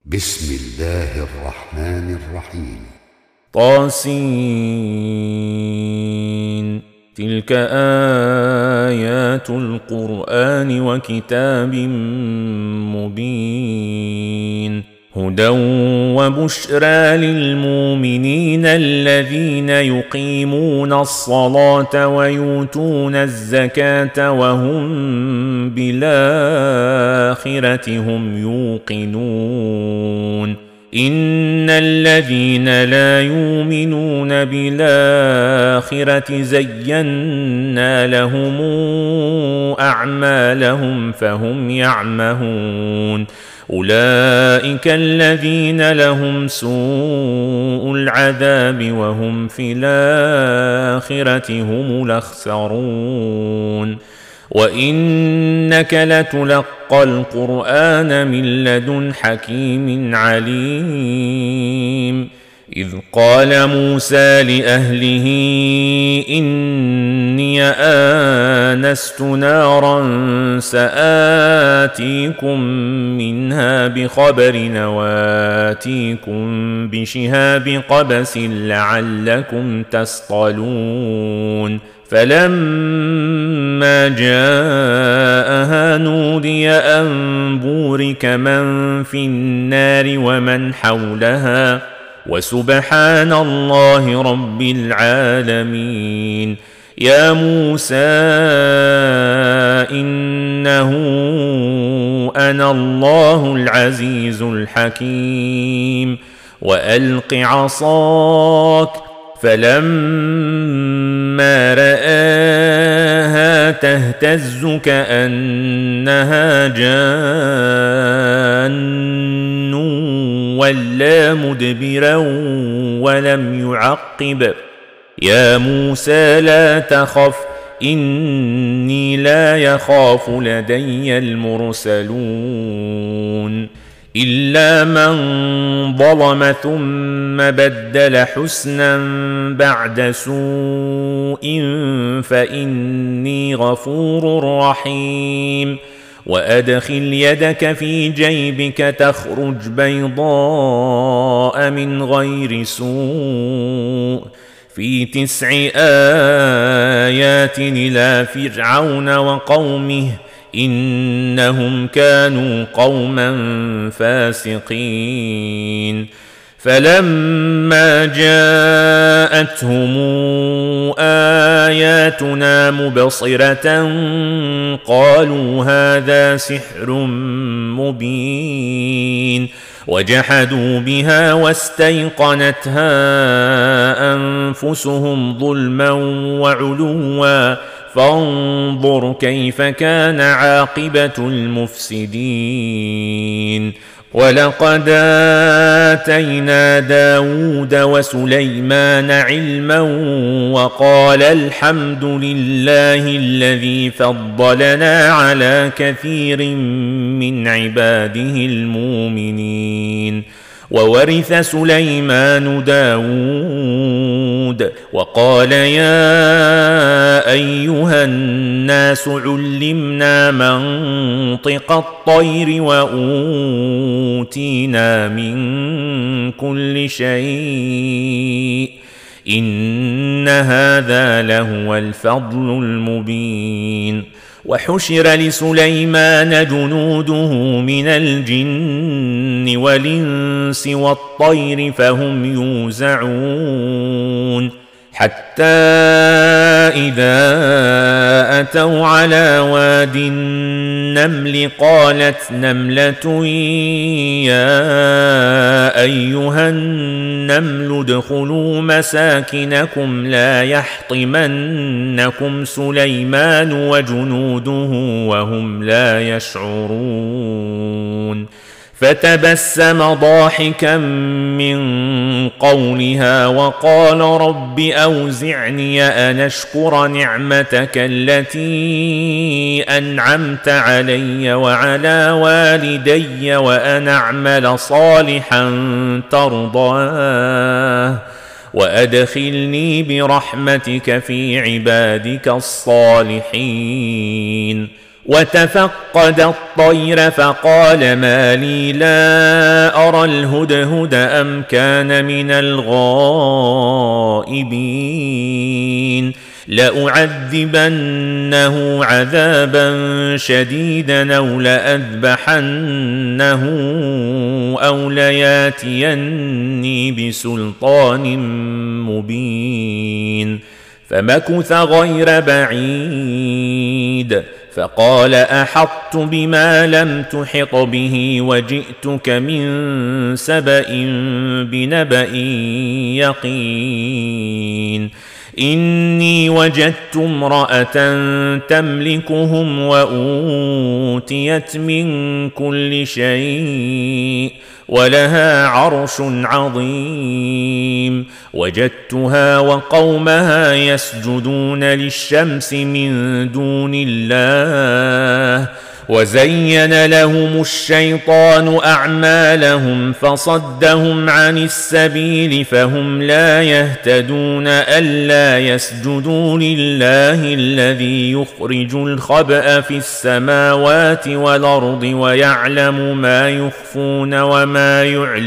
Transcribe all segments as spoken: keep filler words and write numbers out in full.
بسم الله الرحمن الرحيم. طاسين. تلك آيات القرآن وكتاب مبين، هدى وبشرى للمؤمنين الذين يقيمون الصلاة ويؤتون الزكاة وهم بالآخرة هم يوقنون. إن الذين لا يؤمنون بالآخرة زينا لهم أعمالهم فهم يعمهون. أولئك الذين لهم سوء العذاب وهم في الآخرة هم الأخسرون. وإنك لتلقى القرآن من لدن حكيم عليم. إذ قال موسى لأهله إني آنست نارا سآتيكم منها بخبر وآتيكم بشهاب قبس لعلكم تصطلون. فلما جاءها نودي أن بورك من في النار ومن حولها وسبحان الله رب العالمين. يا موسى إنه أنا الله العزيز الحكيم وألق عصاك. فلما رآها تهتز كأنها جان ولا مدبرا ولم يعقب. يا موسى لا تخف إني لا يخاف لدي المرسلون. إلا من ظلم ثم بدل حسنا بعد سوء فإني غفور رحيم. وأدخل يدك في جيبك تخرج بيضاء من غير سوء في تسع آيات إلى فرعون وقومه إنهم كانوا قوما فاسقين. فلما جاءتهم آياتنا مبصرة قالوا هذا سحر مبين وجحدوا بها واستيقنتها أنفسهم ظلما وعلوا فانظر كيف كان عاقبة المفسدين. ولقد آتينا داود وسليمان علما وقال الحمد لله الذي فضلنا على كثير من عباده المؤمنين. وورث سليمان داود وقال يا أيها الناس علمنا منطق الطير وأوتينا من كل شيء إن هذا لهو الفضل المبين. وحشر لسليمان جنوده من الجن والإنس والطير فهم يوزعون. حتى إذا أتوا على واد النمل قالت نملة يا أيها النمل ادخلوا مساكنكم لا يحطمنكم سليمان وجنوده وهم لا يشعرون. فتبسم ضاحكا من قولها وقال رب أوزعني أن أشكر نعمتك التي أنعمت علي وعلى والدي وأن أعمل صالحا ترضاه وأدخلني برحمتك في عبادك الصالحين. وتفقد الطير فقال ما لي لا أرى الهدهد أم كان من الغائبين لأعذبنه عذابا شديدا أو لأذبحنه أو لياتيني بسلطان مبين فمكث غير بعيد فقال أحطت بما لم تحط به وجئتك من سبأ بنبأ يقين إني وجدت امرأة تملكهم وأوتيت من كل شيء ولها عرش عظيم وجدتها وقومها يسجدون للشمس من دون الله وزين لهم الشيطان أعمالهم فصدهم عن السبيل فهم لا يهتدون ألا يسجدوا لله الذي يخرج الخبأ في السماوات والأرض ويعلم ما يخفون وما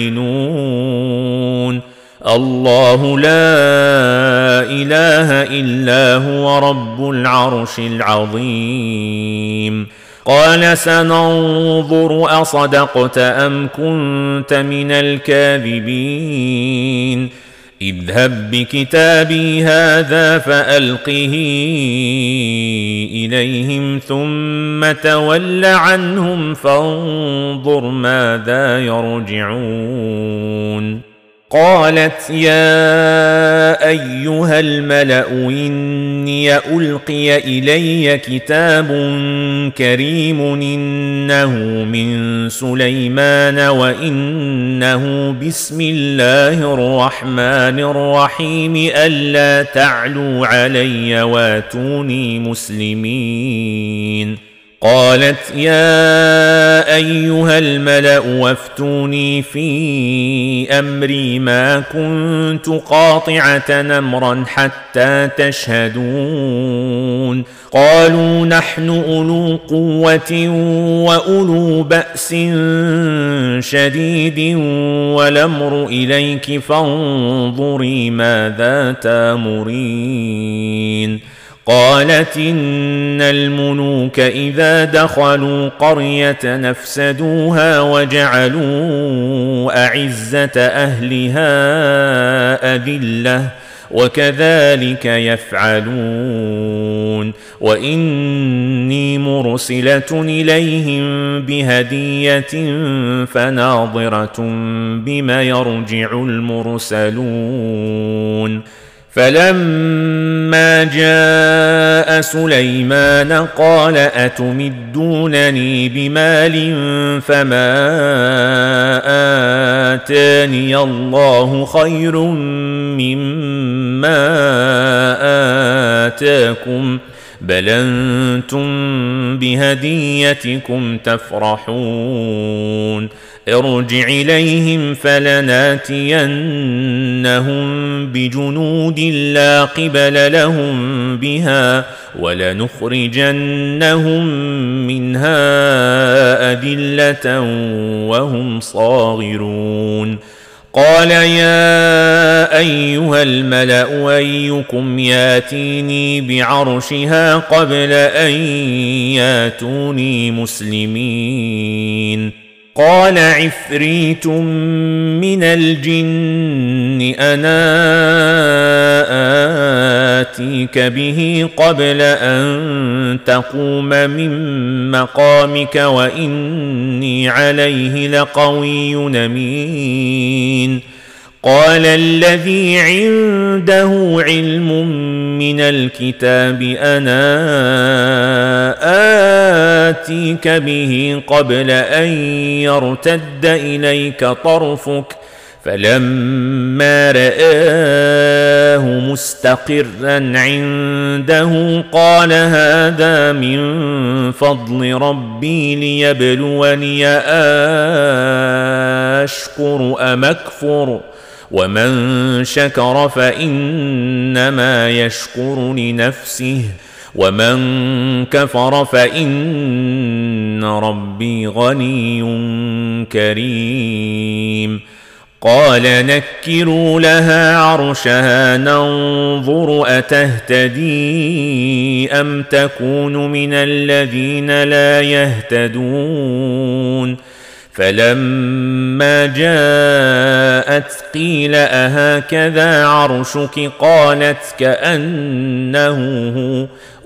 يعلنون الله لا إله إلا هو رب العرش العظيم قال سننظر أصدقت أم كنت من الكاذبين اذهب بكتابي هذا فألقه إليهم ثم تول عنهم فانظر ماذا يرجعون قالت يا أيها الملأ إني ألقي إلي كتاب كريم إنه من سليمان وإنه بسم الله الرحمن الرحيم ألا تعلوا علي واتوني مسلمين قالت يا أيها الملأ وافتوني في أمري ما كنت قاطعة أمرا حتى تشهدون قالوا نحن أولو قوة وأولو بأس شديد والأمر إليك فانظري ماذا تأمرين قالت إن الملوك إذا دخلوا قرية نفسدوها وجعلوا أعزة أهلها أذلة وكذلك يفعلون وإني مرسلة إليهم بهدية فناظرة بما يرجع المرسلون فلما جاء سليمان قال أتمدونني بمال فما آتاني الله خير مما آتاكم بل أنتم بهديتكم تفرحون ارجع إليهم فلناتينهم بجنود لا قبل لهم بها ولنخرجنهم منها أذلة وهم صاغرون قال يا أيها الملأ أيكم ياتيني بعرشها قبل أن ياتوني مسلمين قال عفريت من الجن أنا آتيك به قبل أن تقوم من مقامك وإني عليه لقوي أمين قال الذي عنده علم من الكتاب أنا آتيك به قبل أن يرتد إليك طرفك فلما رآه مستقرا عنده قال هذا من فضل ربي ليبلوني أشكر أم أكفر ومن شكر فإنما يشكر لنفسه ومن كفر فإن ربي غني كريم. قال نكروا لها عرشها ننظر أتهتدي أم تكون من الذين لا يهتدون. فلما جاءت قيل أهكذا عرشك قالت كأنه هو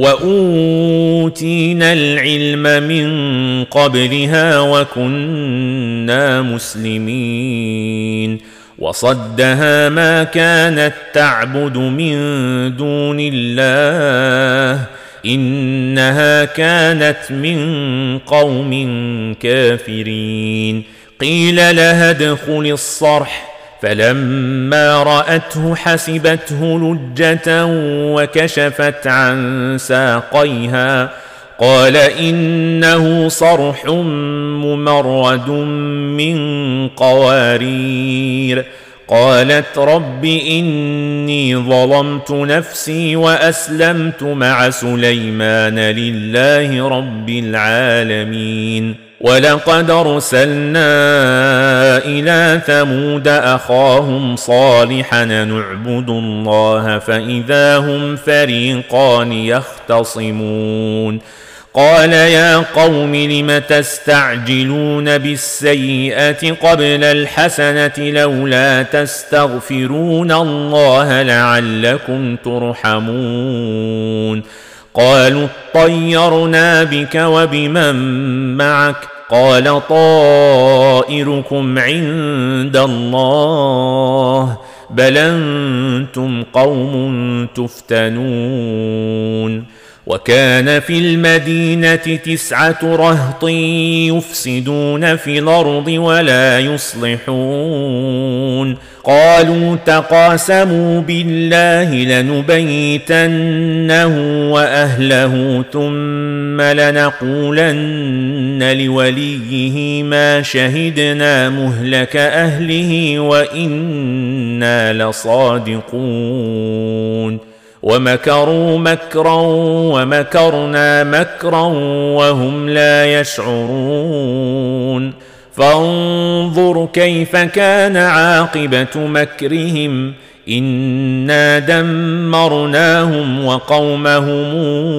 وأوتينا العلم من قبلها وكنا مسلمين. وصدها ما كانت تعبد من دون الله إنها كانت من قوم كافرين. قيل لها ادخل الصرح فلما رأته حسبته لجة وكشفت عن ساقيها قال إنه صرح ممرد من قوارير. قالت رب إني ظلمت نفسي وأسلمت مع سليمان لله رب العالمين. ولقد أرسلنا إلى ثمود أخاهم صالحا نعبد الله فإذا هم فريقان يختصمون. قال يا قوم لم تستعجلون بالسيئة قبل الحسنة لولا تستغفرون الله لعلكم ترحمون. قالوا اطيرنا بك وبمن معك قال طائركم عند الله بل أنتم قوم تفتنون. وكان في المدينة تسعة رهط يفسدون في الأرض ولا يصلحون. قالوا تقاسموا بالله لنبيتنه وأهله ثم لنقولن لوليه ما شهدنا مهلك أهله وإنا لصادقون. ومكروا مكرا ومكرنا مكرا وهم لا يشعرون. فانظر كيف كان عاقبة مكرهم إنا دمرناهم وقومهم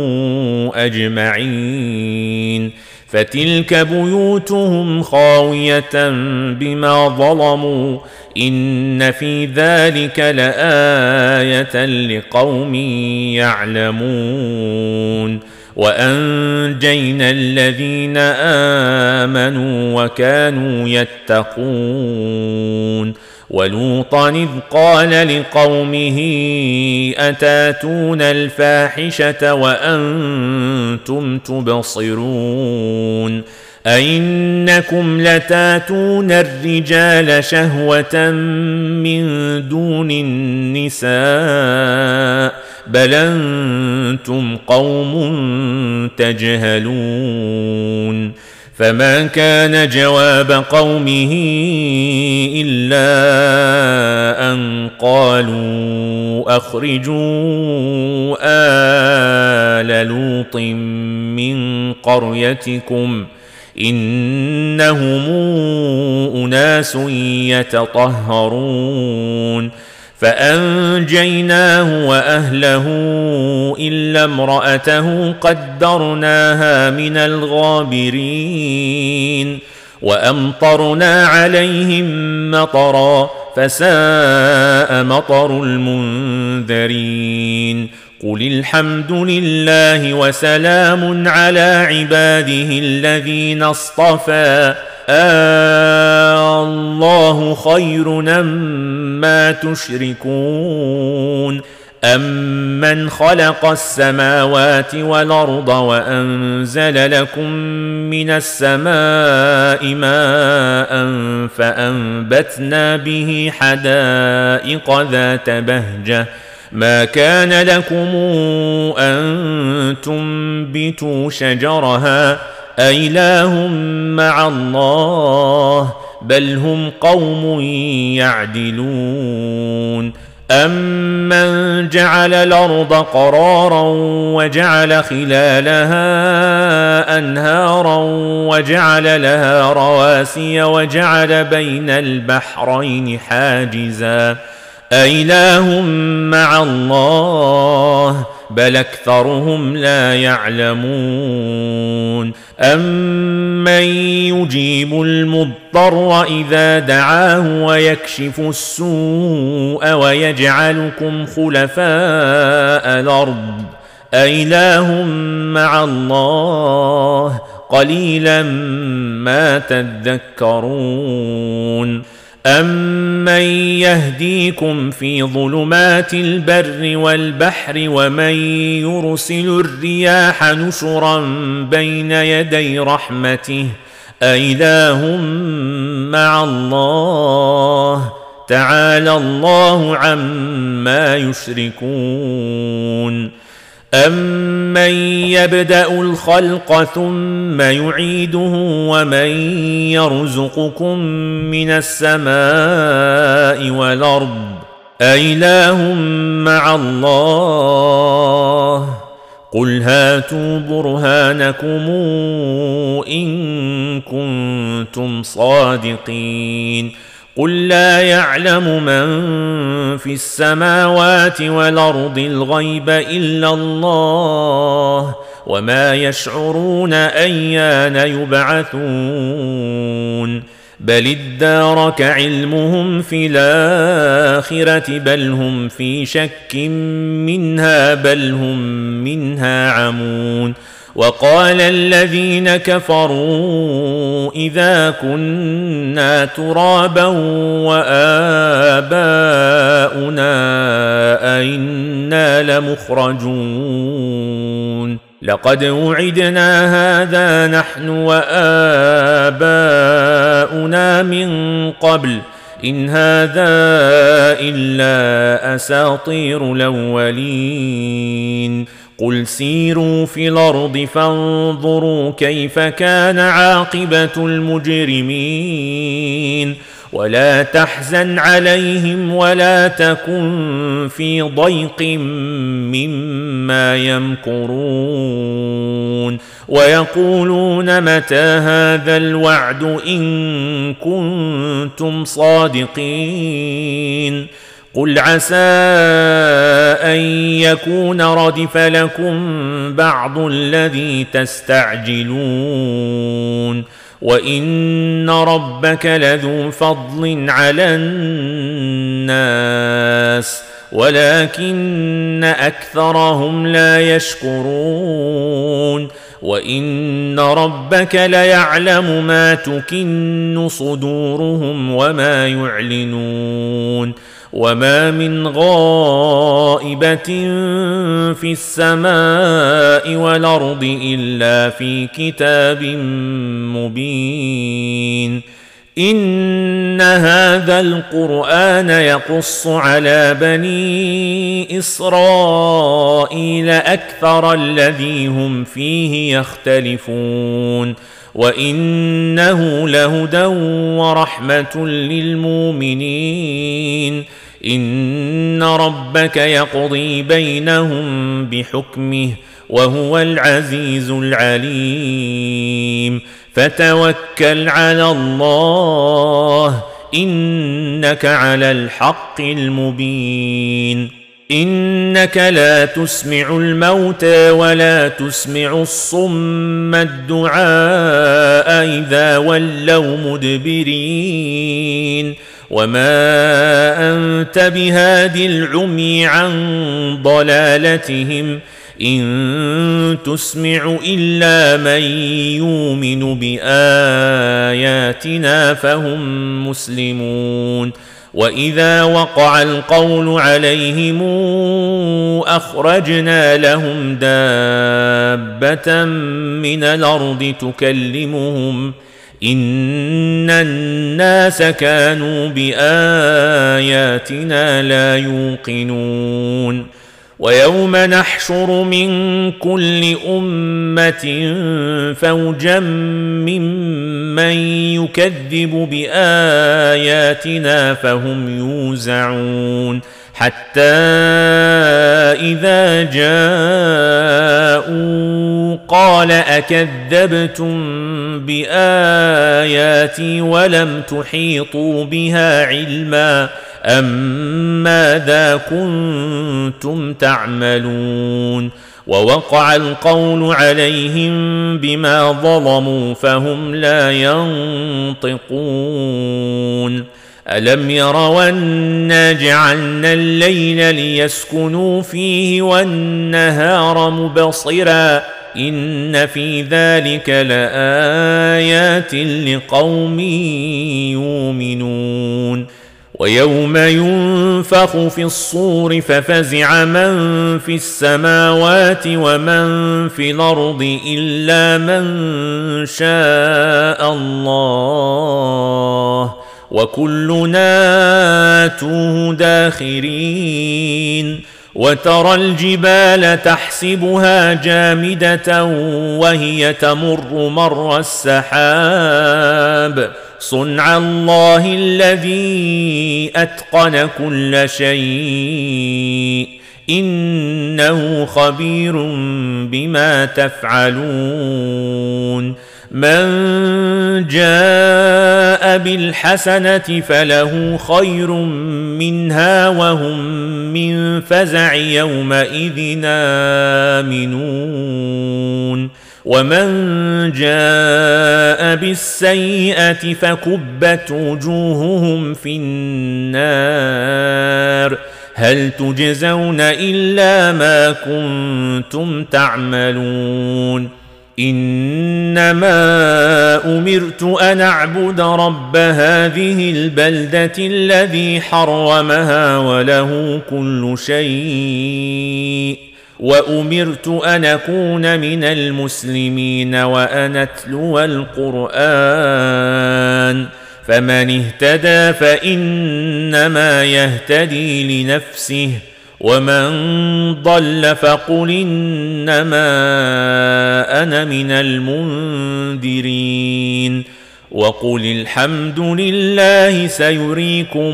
أجمعين. فتلك بيوتهم خاوية بما ظلموا إن في ذلك لآية لقوم يعلمون. وأنجينا الذين آمنوا وكانوا يتقون. ولوطا إذ قال لقومه أتاتون الفاحشة وأنتم تبصرون أئنكم لتاتون الرجال شهوة من دون النساء بل أنتم قوم تجهلون. فما كان جواب قومه إلا أن قالوا أخرجوا آل لوط من قريتكم إنهم أناس يتطهرون. فأنجيناه وأهله إلا امرأته قدرناها من الغابرين. وأمطرنا عليهم مطرا فساء مطر المنذرين. قل الحمد لله وسلام على عباده الذين اصطفى آه الله خير أما تشركون أمن خلق السماوات والأرض وأنزل لكم من السماء ماء فأنبتنا به حدائق ذات بهجة ما كان لكم أن تنبتوا شجرها أإله مع الله بل هم قوم يعدلون. أَمَّنْ جَعَلَ الْأَرْضَ قَرَارًا وَجَعَلَ خِلَالَهَا أَنْهَارًا وَجَعَلَ لَهَا رَوَاسِيَ وَجَعَلَ بَيْنَ الْبَحْرَيْنِ حَاجِزًا أَإِلَٰهٌ مَّعَ اللَّهِ بَلْ أَكْثَرُهُمْ لَا يَعْلَمُونَ أَمَّن يُجِيبُ الْمُضْطَرَّ إِذَا دَعَاهُ وَيَكْشِفُ السُّوءَ وَيَجْعَلُكُمْ خُلَفَاءَ الْأَرْضِ أَإِلَٰهٌ مَّعَ اللَّهِ قَلِيلًا مَّا تَذَكَّرُونَ أَمَّن يَهْدِيكُمْ فِي ظُلُمَاتِ الْبَرِّ وَالْبَحْرِ وَمَن يُرْسِلُ الرِّيَاحَ نُشُرًا بَيْنَ يَدَيْ رَحْمَتِهِ أَإِلَٰهٌ مَّعَ اللَّهِ تَعَالَى اللَّهُ عَمَّا يُشْرِكُونَ أَمَّن يَبْدَأُ الْخَلْقَ ثُمَّ يُعِيدُهُ وَمَن يَرْزُقُكُم مِّنَ السَّمَاءِ وَالْأَرْضِ أَإِلَٰهٌ مَّعَ اللَّهِ قُلْ هَاتُوا بُرْهَانَكُمْ إِن كُنتُمْ صَادِقِينَ قُل لَّا يَعْلَمُ مَن فِي السَّمَاوَاتِ وَالْأَرْضِ الْغَيْبَ إِلَّا اللَّهُ وَمَا يَشْعُرُونَ أَيَّانَ يُبْعَثُونَ بَلِ ادَّارَكَ عِلْمُهُمْ فِي الْآخِرَةِ بَلْ هُمْ فِي شَكٍّ مِّنْهَا بَلْ هُم مِّنْهَا عَمُونَ وَقَالَ الَّذِينَ كَفَرُوا إِذَا كُنَّا تُرَابًا وَآبَاؤُنَا أَإِنَّا لَمُخْرَجُونَ لَقَدْ وُعِدْنَا هَٰذَا نَحْنُ وَآبَاؤُنَا مِن قَبْلُ إِنْ هَٰذَا إِلَّا أَسَاطِيرُ الْأَوَّلِينَ قُلْ سِيرُوا فِي الْأَرْضِ فَانظُرُوا كَيْفَ كَانَ عَاقِبَةُ الْمُجْرِمِينَ وَلَا تَحْزَنْ عَلَيْهِمْ وَلَا تَكُنْ فِي ضَيْقٍ مِّمَّا يَمْكُرُونَ وَيَقُولُونَ مَتَىٰ هَٰذَا الْوَعْدُ إِن كُنتُمْ صَادِقِينَ قُلْ عَسَىٰ أَن يَكُونَ رَدِفَ لَكُم بَعْضُ الَّذِي تَسْتَعْجِلُونَ وَإِنَّ رَبَّكَ لَذُو فَضْلٍ عَلَى النَّاسِ وَلَٰكِنَّ أَكْثَرَهُمْ لَا يَشْكُرُونَ وَإِنَّ رَبَّكَ لَيَعْلَمُ مَا تُكِنُّ صُدُورُهُمْ وَمَا يُعْلِنُونَ وَمَا مِنْ غَائِبَةٍ فِي السَّمَاءِ وَالْأَرْضِ إِلَّا فِي كِتَابٍ مُّبِينٍ إِنَّ هَٰذَا الْقُرْآنَ يَقُصُّ عَلَىٰ بَنِي إِسْرَائِيلَ أَكْثَرَ الَّذِي هُمْ فِيهِ يَخْتَلِفُونَ وَإِنَّهُ لَهُدًى وَرَحْمَةٌ لِّلْمُؤْمِنِينَ إِنَّ رَبَّكَ يَقْضِي بَيْنَهُم بِحُكْمِهِ وَهُوَ الْعَزِيزُ الْعَلِيمُ فَتَوَكَّلْ عَلَى اللَّهِ إِنَّكَ عَلَى الْحَقِّ الْمُبِينِ إِنَّكَ لَا تُسْمِعُ الْمَوْتَىٰ وَلَا تُسْمِعُ الصُّمَّ الدُّعَاءَ إِذَا وَلَّوْا مُدْبِرِينَ وَمَا أَنتَ بِهَادِ الْعُمْيِ عَن ضَلَالَتِهِمْ إِن تُسْمِعُ إِلَّا مَن يُؤْمِنُ بِآيَاتِنَا فَهُم مُّسْلِمُونَ وَإِذَا وَقَعَ الْقَوْلُ عَلَيْهِمْ أَخْرَجْنَا لَهُمْ دَابَّةً مِّنَ الْأَرْضِ تُكَلِّمُهُمْ إِنَّ النَّاسَ كَانُوا بِآيَاتِنَا لَا يُوقِنُونَ ويوم نحشر من كل أمة فوجا ممن يكذب بآياتنا فهم يوزعون حتى إذا جاءوا قال أكذبتم بآياتي ولم تحيطوا بها علما أم ماذا كنتم تعملون ووقع القول عليهم بما ظلموا فهم لا ينطقون ألم يروا أنا جعلنا الليل ليسكنوا فيه والنهار مبصرا إن في ذلك لآيات لقوم يؤمنون ويوم ينفخ في الصور ففزع من في السماوات ومن في الأرض إلا من شاء الله وكلنا آتوه داخرين وترى الجبال تحسبها جامدة وهي تمر مر السحاب صنع الله الذي أتقن كل شيء إنه خبير بما تفعلون من جاء بالحسنة فله خير منها وهم من فزع يومئذ آمنون ومن جاء بالسيئة فكبت وجوههم في النار هل تجزون إلا ما كنتم تعملون إنما أمرت أن أعبد رب هذه البلدة الذي حرمها وله كل شيء وأمرت أن أكون من المسلمين وأن أتلو القرآن فمن اهتدى فإنما يهتدي لنفسه ومن ضل فقل إنما أنا من المنذرين وقل الحمد لله سيريكم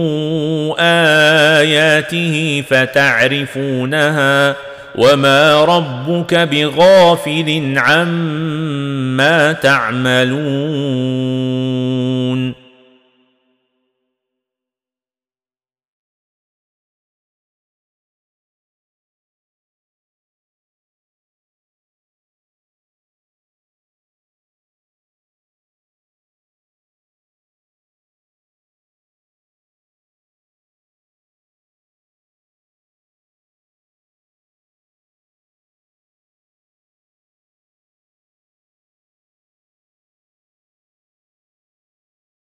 آياته فتعرفونها وما ربك بغافل عما تعملون